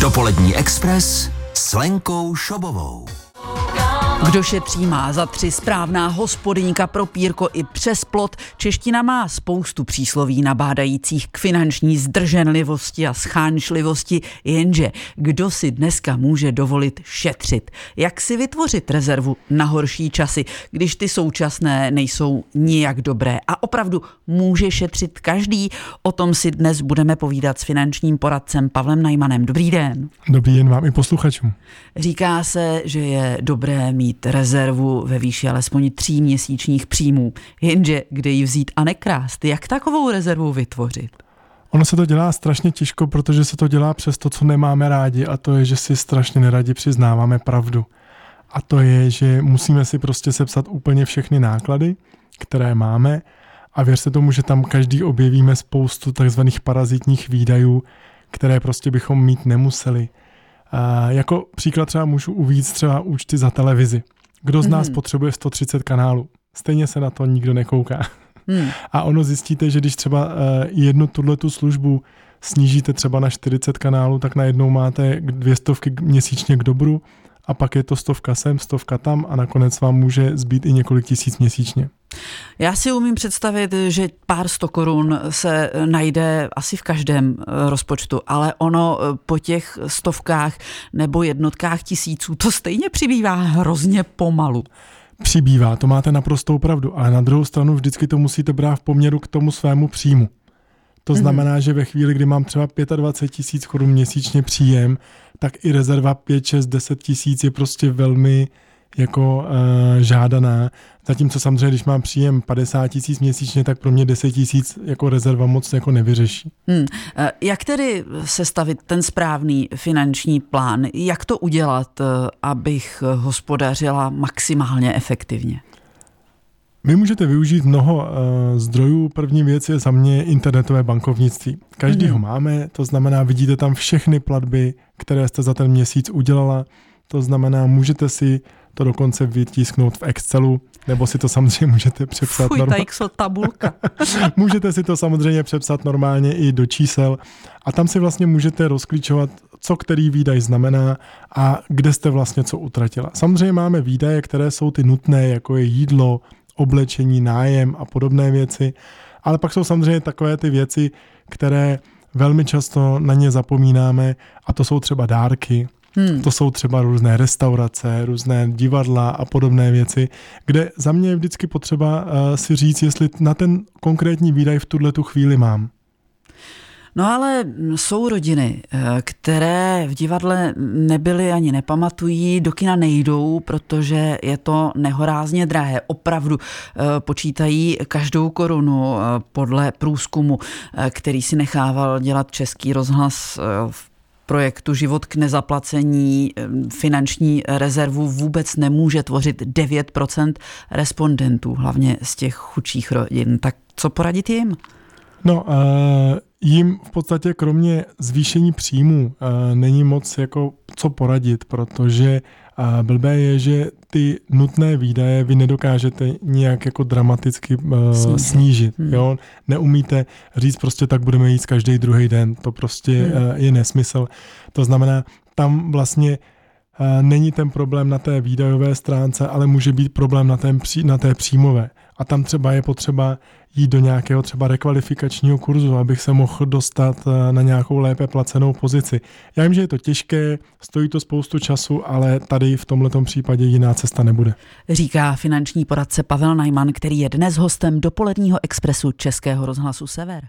Dopolední Express s Lenkou Šobovou. Kdo šetří, má za 3, správná hospodyňka pro pírko i přes plot. Čeština má spoustu přísloví nabádajících k finanční zdrženlivosti a schánčlivosti, jenže kdo si dneska může dovolit šetřit? Jak si vytvořit rezervu na horší časy, když ty současné nejsou nijak dobré? A opravdu může šetřit každý? O tom si dnes budeme povídat s finančním poradcem Pavlem Najmanem. Dobrý den. Dobrý den vám i posluchačům. Říká se, že je dobré mít rezervu ve výši alespoň 3 měsíčních příjmů. Jenže kde ji vzít a nekrást? Jak takovou rezervu vytvořit? Ono se to dělá strašně těžko, protože se to dělá přes to, co nemáme rádi, a to je, že si strašně neradi přiznáváme pravdu. A to je, že musíme si prostě sepsat úplně všechny náklady, které máme, a věřte tomu, že tam každý objevíme spoustu takzvaných parazitních výdajů, které prostě bychom mít nemuseli. Jako příklad třeba můžu uvést třeba účty za televizi. Kdo z nás potřebuje 130 kanálů? Stejně se na to nikdo nekouká. A ono zjistíte, že když třeba jednu tuhletu službu snížíte třeba na 40 kanálů, tak najednou máte 200 měsíčně k dobru a pak je to 100 sem, 100 tam a nakonec vám může zbýt i několik tisíc měsíčně. Já si umím představit, že pár 100 korun se najde asi v každém rozpočtu, ale ono po těch stovkách nebo jednotkách tisíců to stejně přibývá hrozně pomalu. Přibývá, to máte naprostou pravdu, ale na druhou stranu vždycky to musíte brát v poměru k tomu svému příjmu. To znamená, že ve chvíli, kdy mám třeba 25 tisíc korun měsíčně příjem, tak i rezerva 5, 6, 10 tisíc je prostě velmi jako žádaná. Zatímco samozřejmě, když mám příjem 50 tisíc měsíčně, tak pro mě 10 tisíc jako rezerva moc jako nevyřeší. Jak tedy sestavit ten správný finanční plán? Jak to udělat, abych hospodařila maximálně efektivně? Vy můžete využít mnoho zdrojů. První věc je za mě internetové bankovnictví. Každý ho máme, to znamená, vidíte tam všechny platby, které jste za ten měsíc udělala. To znamená, můžete si to dokonce vytisknout v Excelu, nebo si to samozřejmě můžete přepsat. Ta Excel tabulka. Můžete si to samozřejmě přepsat normálně i do čísel a tam si vlastně můžete rozklíčovat, co který výdaj znamená a kde jste vlastně co utratila. Samozřejmě máme výdaje, které jsou ty nutné, jako je jídlo, oblečení, nájem a podobné věci, ale pak jsou samozřejmě takové ty věci, které velmi často na ně zapomínáme, a to jsou třeba dárky. To jsou třeba různé restaurace, různé divadla a podobné věci, kde za mě je vždycky potřeba si říct, jestli na ten konkrétní výdaj v tuhletu chvíli mám. No ale jsou rodiny, které v divadle nebyly ani nepamatují, do kina nejdou, protože je to nehorázně drahé. Opravdu počítají každou korunu podle průzkumu, který si nechával dělat Český rozhlas v projektu Život k nezaplacení. Finanční rezervu vůbec nemůže tvořit 9% respondentů, hlavně z těch chudších rodin. Tak co poradit jim? No, jim v podstatě kromě zvýšení příjmů není moc jako co poradit, protože blbé je, že ty nutné výdaje vy nedokážete nějak jako dramaticky snížit. Jo? Neumíte říct prostě tak budeme jíst každý druhý den. To prostě je nesmysl. To znamená, tam vlastně není ten problém na té výdajové stránce, ale může být problém na té příjmové. A tam třeba je potřeba jít do nějakého třeba rekvalifikačního kurzu, abych se mohl dostat na nějakou lépe placenou pozici. Já vím, že je to těžké, stojí to spoustu času, ale tady v tomhletom případě jiná cesta nebude. Říká finanční poradce Pavel Najman, který je dnes hostem dopoledního expresu Českého rozhlasu Sever.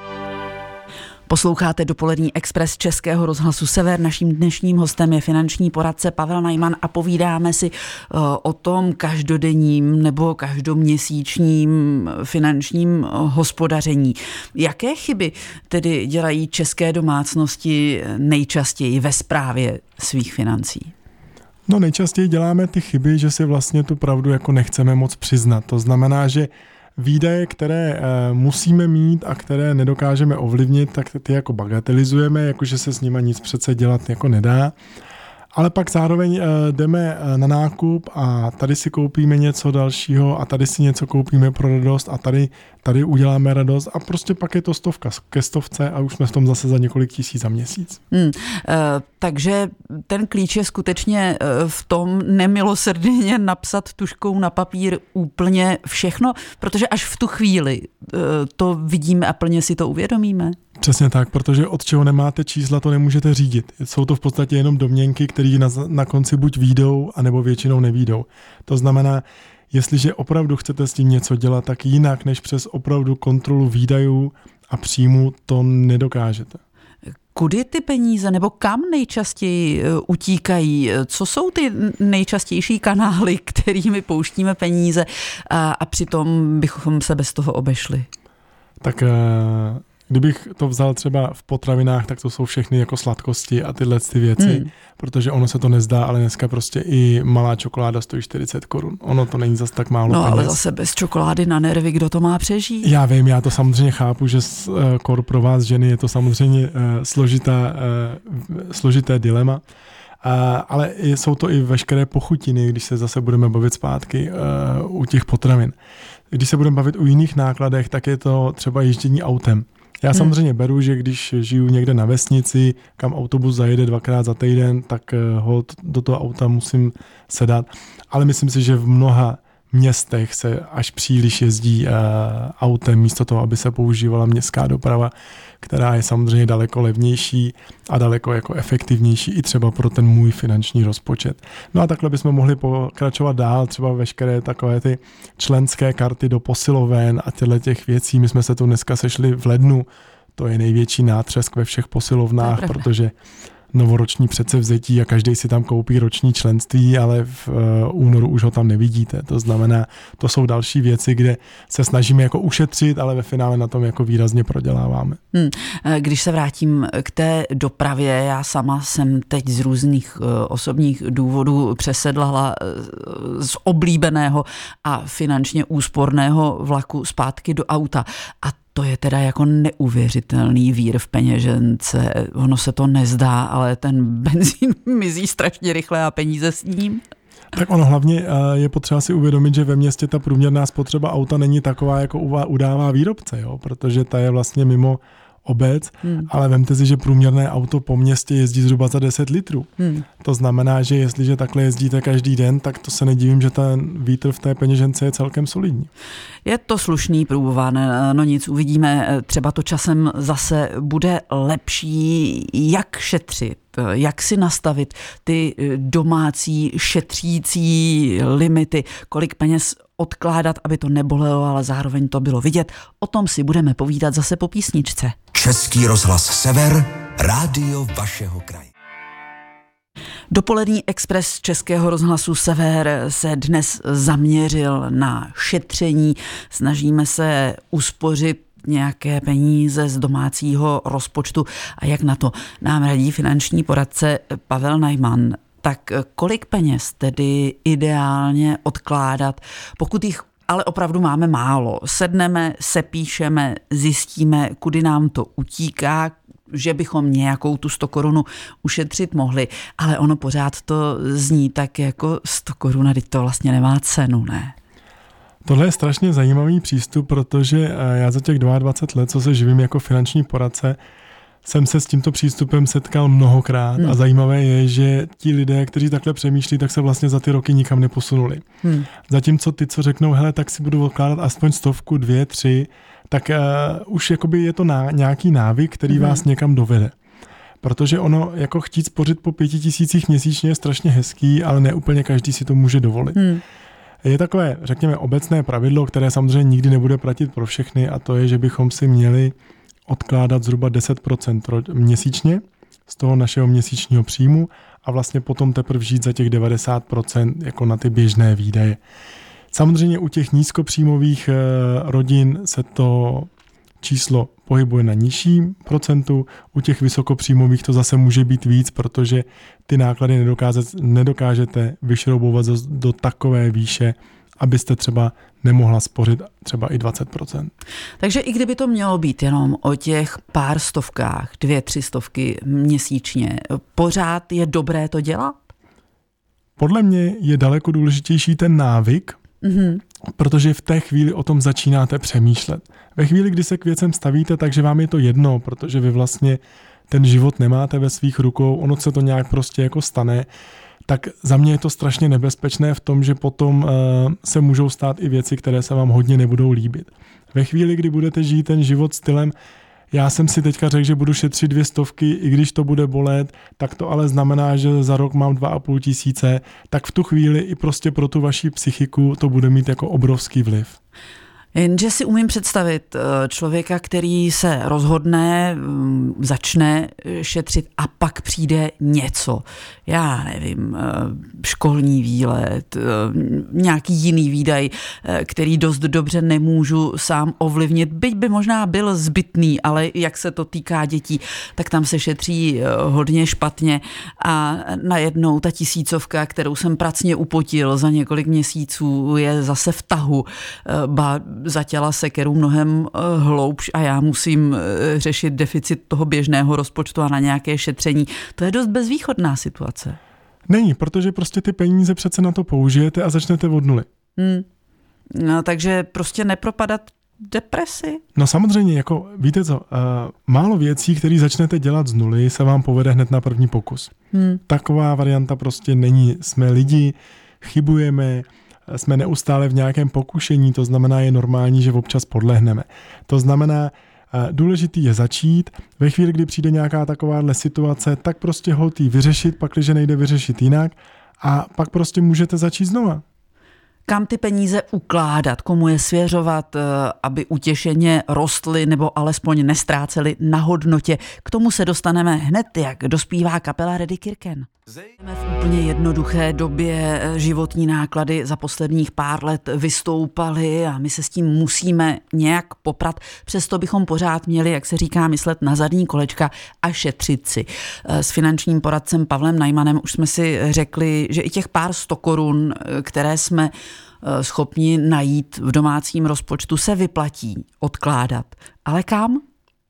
Posloucháte dopolední expres Českého rozhlasu Sever. Naším dnešním hostem je finanční poradce Pavel Najman a povídáme si o tom každodenním nebo každoměsíčním finančním hospodaření. Jaké chyby tedy dělají české domácnosti nejčastěji ve správě svých financí? No, nejčastěji děláme ty chyby, že si vlastně tu pravdu jako nechceme moc přiznat. To znamená, že výdaje, které musíme mít a které nedokážeme ovlivnit, tak ty jako bagatelizujeme, jakože se s nima nic přece dělat jako nedá. Ale pak zároveň jdeme na nákup a tady si koupíme něco dalšího a tady si něco koupíme pro radost a tady uděláme radost a prostě pak je to 100 ke 100 a už jsme v tom zase za několik tisíc za měsíc. Takže ten klíč je skutečně v tom nemilosrdně napsat tužkou na papír úplně všechno, protože až v tu chvíli to vidíme a plně si to uvědomíme. Přesně tak, protože od čeho nemáte čísla, to nemůžete řídit. Jsou to v podstatě jenom domněnky, které na konci buď výjdou, anebo většinou nevídou. To znamená, jestliže opravdu chcete s tím něco dělat, tak jinak než přes opravdu kontrolu výdajů a příjmů to nedokážete. Kudy ty peníze nebo kam nejčastěji utíkají? Co jsou ty nejčastější kanály, kterými pouštíme peníze a přitom bychom se bez toho obešli? Tak kdybych to vzal třeba v potravinách, tak to jsou všechny jako sladkosti a tyhle ty věci, protože ono se to nezdá, ale dneska prostě i malá čokoláda stojí 40 korun. Ono to není zas tak málo peněz. Ale zase bez čokolády na nervy, kdo to má přežít? Já vím, já to samozřejmě chápu, že pro vás ženy je to samozřejmě složité dilema, ale jsou to i veškeré pochutiny, když se zase budeme bavit zpátky u těch potravin. Když se budeme bavit o jiných nákladech, tak je to třeba ježdění autem. Já samozřejmě beru, že když žiju někde na vesnici, kam autobus zajede 2krát za týden, tak do toho auta musím sedat. Ale myslím si, že v mnoha městech se až příliš jezdí autem místo toho, aby se používala městská doprava, která je samozřejmě daleko levnější a daleko jako efektivnější i třeba pro ten můj finanční rozpočet. No a takhle bychom mohli pokračovat dál, třeba veškeré takové ty členské karty do posiloven a těch věcí. My jsme se tu dneska sešli v lednu, to je největší nátřesk ve všech posilovnách, protože novoroční předsevzetí a každý si tam koupí roční členství, ale v únoru už ho tam nevidíte. To znamená, to jsou další věci, kde se snažíme jako ušetřit, ale ve finále na tom jako výrazně proděláváme. Když se vrátím k té dopravě, já sama jsem teď z různých osobních důvodů přesedlala z oblíbeného a finančně úsporného vlaku zpátky do auta. A to je teda jako neuvěřitelný vír v peněžence. Ono se to nezdá, ale ten benzín mizí strašně rychle a peníze s ním. Tak ono hlavně je potřeba si uvědomit, že ve městě ta průměrná spotřeba auta není taková, jako udává výrobce, jo? Protože ta je vlastně mimo obec, ale vemte si, že průměrné auto po městě jezdí zhruba za 10 litrů. To znamená, že jestliže takhle jezdíte každý den, tak to se nedivím, že ten vítr v té peněžence je celkem solidní. Je to slušný průvan, no nic, uvidíme, třeba to časem zase bude lepší, jak šetřit, jak si nastavit ty domácí šetřící limity, kolik peněz odkládat, aby to nebolelo, ale zároveň to bylo vidět. O tom si budeme povídat zase po písničce. Český rozhlas Sever, rádio vašeho kraje. Dopolední expres Českého rozhlasu Sever se dnes zaměřil na šetření. Snažíme se uspořit nějaké peníze z domácího rozpočtu a jak na to nám radí finanční poradce Pavel Najman. Tak kolik peněz tedy ideálně odkládat, pokud jich ale opravdu máme málo? Sedneme, sepíšeme, zjistíme, kudy nám to utíká, že bychom nějakou tu 100 korunu ušetřit mohli, ale ono pořád to zní tak jako 100 korun, teď to vlastně nemá cenu, ne? Tohle je strašně zajímavý přístup, protože já za těch 22 let, co se živím jako finanční poradce, jsem se s tímto přístupem setkal mnohokrát a zajímavé je, že ti lidé, kteří takhle přemýšlí, tak se vlastně za ty roky nikam neposunuli. Zatímco ty, co řeknou, hele, tak si budu odkládat aspoň 100, 2, 3, tak už jakoby je to nějaký návyk, který vás někam dovede. Protože ono jako chtít spořit po 5 000 měsíčně je strašně hezký, ale ne úplně každý si to může dovolit. Je takové, řekněme, obecné pravidlo, které samozřejmě nikdy nebude platit pro všechny, a to je, že bychom si měli odkládat zhruba 10% měsíčně z toho našeho měsíčního příjmu a vlastně potom teprve žít za těch 90% jako na ty běžné výdaje. Samozřejmě u těch nízkopříjmových rodin se to číslo pohybuje na nižším procentu, u těch vysokopříjmových to zase může být víc, protože ty náklady nedokážete vyšroubovat do takové výše, abyste třeba nemohla spořit třeba i 20%. Takže i kdyby to mělo být jenom o těch pár stovkách, 2-3 stovky měsíčně, pořád je dobré to dělat? Podle mě je daleko důležitější ten návyk, protože v té chvíli o tom začínáte přemýšlet. Ve chvíli, kdy se k věcem stavíte, takže vám je to jedno, protože vy vlastně ten život nemáte ve svých rukou, ono se to nějak prostě jako stane, tak za mě je to strašně nebezpečné v tom, že potom se můžou stát i věci, které se vám hodně nebudou líbit. Ve chvíli, kdy budete žít ten život stylem, já jsem si teďka řekl, že budu šetřit 200, i když to bude bolet, tak to ale znamená, že za rok mám 2 500, tak v tu chvíli i prostě pro tu vaši psychiku to bude mít jako obrovský vliv. Jenže si umím představit člověka, který se rozhodne, začne šetřit a pak přijde něco. Já nevím, školní výlet, nějaký jiný výdaj, který dost dobře nemůžu sám ovlivnit. Byť by možná byl zbytný, ale jak se to týká dětí, tak tam se šetří hodně špatně a najednou ta 1000, kterou jsem pracně upotil za několik měsíců, je zase v tahu. Zatěla sekeru mnohem hloubš a já musím řešit deficit toho běžného rozpočtu a na nějaké šetření. To je dost bezvýchodná situace. Není, protože prostě ty peníze přece na to použijete a začnete od nuly. No, takže prostě nepropadat depresi? No samozřejmě, jako víte co, málo věcí, které začnete dělat z nuly, se vám povede hned na první pokus. Taková varianta prostě není. Jsme lidi, chybujeme, jsme neustále v nějakém pokušení, to znamená, je normální, že občas podlehneme. To znamená, důležitý je začít, ve chvíli, kdy přijde nějaká takováhle situace, tak prostě holt jí vyřešit, pakliže nejde vyřešit jinak a pak prostě můžete začít znova. Kam ty peníze ukládat, komu je svěřovat, aby utěšeně rostly nebo alespoň nestrácely na hodnotě. K tomu se dostaneme hned, jak dospívá kapela Reddy Kirken. V úplně jednoduché době životní náklady za posledních pár let vystoupaly a my se s tím musíme nějak poprat. Přesto bychom pořád měli, jak se říká, myslet na zadní kolečka a šetřit si. S finančním poradcem Pavlem Najmanem už jsme si řekli, že i těch pár 100 korun, které jsme schopni najít v domácím rozpočtu, se vyplatí odkládat. Ale kam?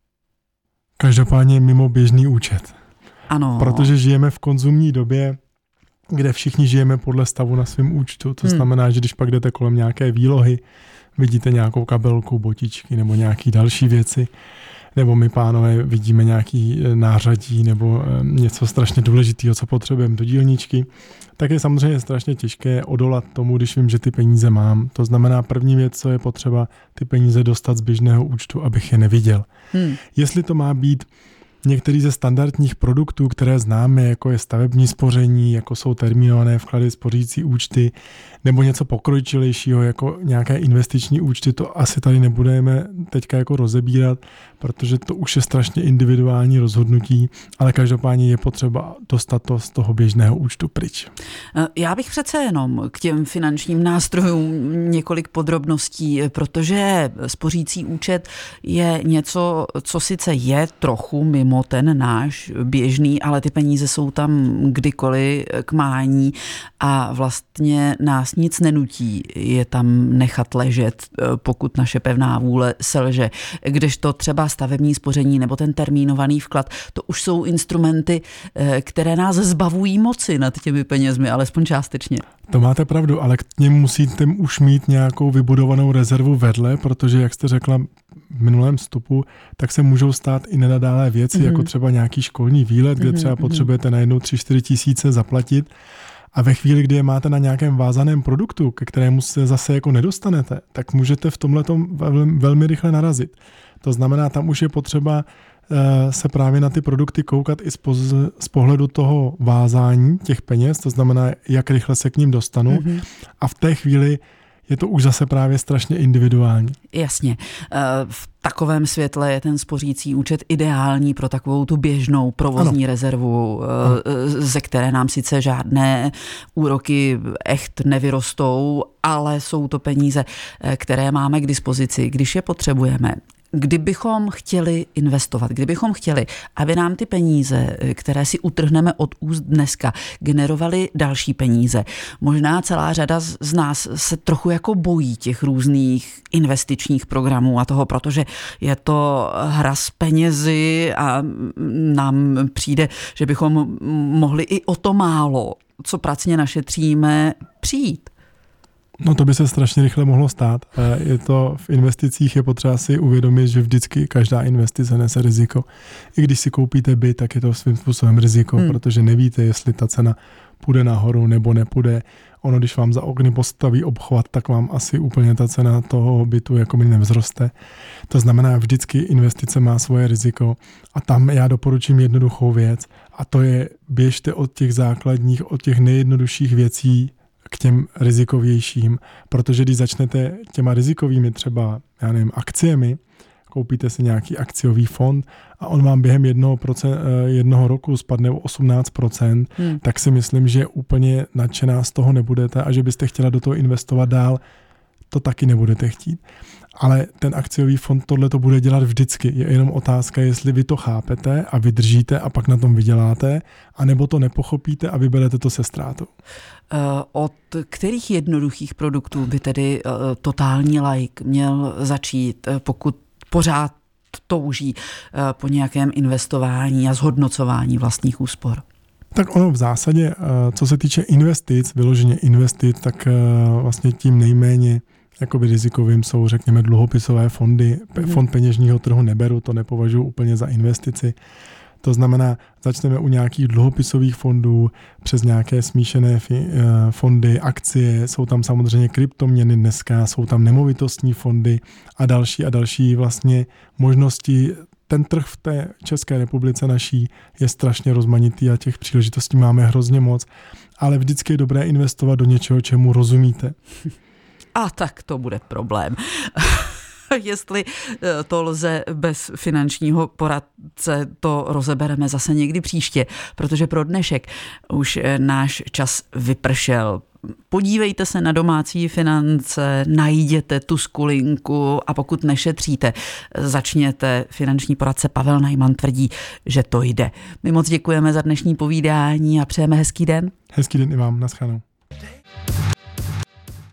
Každopádně mimo běžný účet. Ano. Protože žijeme v konzumní době, kde všichni žijeme podle stavu na svém účtu. To znamená, že když pak jdete kolem nějaké výlohy, vidíte nějakou kabelku, botičky nebo nějaké další věci, nebo my, pánové, vidíme nějaký nářadí nebo něco strašně důležitého, co potřebujeme do dílničky, tak je samozřejmě strašně těžké odolat tomu, když vím, že ty peníze mám. To znamená, první věc, co je potřeba, ty peníze dostat z běžného účtu, abych je neviděl. Jestli to má být některý ze standardních produktů, které známe, jako je stavební spoření, jako jsou termínované vklady, spořící účty, nebo něco pokročilejšího, jako nějaké investiční účty, to asi tady nebudeme teďka jako rozebírat, protože to už je strašně individuální rozhodnutí, ale každopádně je potřeba dostat to z toho běžného účtu pryč. Já bych přece jenom k těm finančním nástrojům několik podrobností, protože spořící účet je něco, co sice je trochu mimo ten náš běžný, ale ty peníze jsou tam kdykoliv k mání a vlastně nás nic nenutí je tam nechat ležet, pokud naše pevná vůle selže. Kdežto třeba stavební spoření nebo ten termínovaný vklad, to už jsou instrumenty, které nás zbavují moci nad těmi penězmi, alespoň částečně. To máte pravdu, ale k němu musíte už mít nějakou vybudovanou rezervu vedle, protože, jak jste řekla v minulém vstupu, tak se můžou stát i nenadálé věci, jako třeba nějaký školní výlet, kde třeba potřebujete najednou 3-4 tisíce zaplatit. A ve chvíli, kdy je máte na nějakém vázaném produktu, ke kterému se zase jako nedostanete, tak můžete v tomhletom velmi rychle narazit. To znamená, tam už je potřeba se právě na ty produkty koukat i z pohledu toho vázání těch peněz, to znamená, jak rychle se k ním dostanu. A v té chvíli je to už zase právě strašně individuální. Jasně. V takovém světle je ten spořící účet ideální pro takovou tu běžnou provozní rezervu, ze které nám sice žádné úroky echt nevyrostou, ale jsou to peníze, které máme k dispozici, když je potřebujeme. kdybychom chtěli investovat, kdybychom chtěli, aby nám ty peníze, které si utrhneme od úst dneska, generovaly další peníze. Možná celá řada z nás se trochu jako bojí těch různých investičních programů a toho, protože je to hra s penězi a nám přijde, že bychom mohli i o to málo, co pracně našetříme, přijít. No to by se strašně rychle mohlo stát. Je to v investicích je potřeba si uvědomit, že vždycky každá investice nese riziko. I když si koupíte byt, tak je to svým způsobem riziko, protože nevíte, jestli ta cena půjde nahoru nebo nepůjde. Ono, když vám za okny postaví obchvat, tak vám asi úplně ta cena toho bytu jako by nevzroste. To znamená, vždycky investice má svoje riziko a tam já doporučím jednoduchou věc a to je běžte od těch základních, od těch nejjednodušších věcí k těm rizikovějším, protože když začnete těma rizikovými třeba, já nevím, akciemi, koupíte si nějaký akciový fond a on vám během jednoho roku spadne o 18%, tak si myslím, že úplně nadšená z toho nebudete a že byste chtěla do toho investovat dál, to taky nebudete chtít. Ale ten akciový fond tohle to bude dělat vždycky. Je jenom otázka, jestli vy to chápete a vydržíte a pak na tom vyděláte, anebo to nepochopíte a vyberete to se ztrátou. Od kterých jednoduchých produktů by tedy totální laik měl začít, pokud pořád touží po nějakém investování a zhodnocování vlastních úspor? Tak ono v zásadě, co se týče investic, vyloženě investic, tak vlastně tím nejméně jakoby rizikovým jsou, řekněme, dluhopisové fondy. Fond peněžního trhu neberu, to nepovažuji úplně za investici. To znamená, začneme u nějakých dluhopisových fondů, přes nějaké smíšené fondy, akcie, jsou tam samozřejmě kryptoměny dneska, jsou tam nemovitostní fondy a další vlastně možnosti. Ten trh v té České republice naší je strašně rozmanitý a těch příležitostí máme hrozně moc, ale vždycky je dobré investovat do něčeho, čemu rozumíte. A tak to bude problém. Jestli to lze bez finančního poradce, to rozebereme zase někdy příště, protože pro dnešek už náš čas vypršel. Podívejte se na domácí finance, najděte tu skulinku a pokud nešetříte, začněte. Finanční poradce Pavel Najman tvrdí, že to jde. My moc děkujeme za dnešní povídání a přejeme hezký den. Hezký den i vám, naschledanou.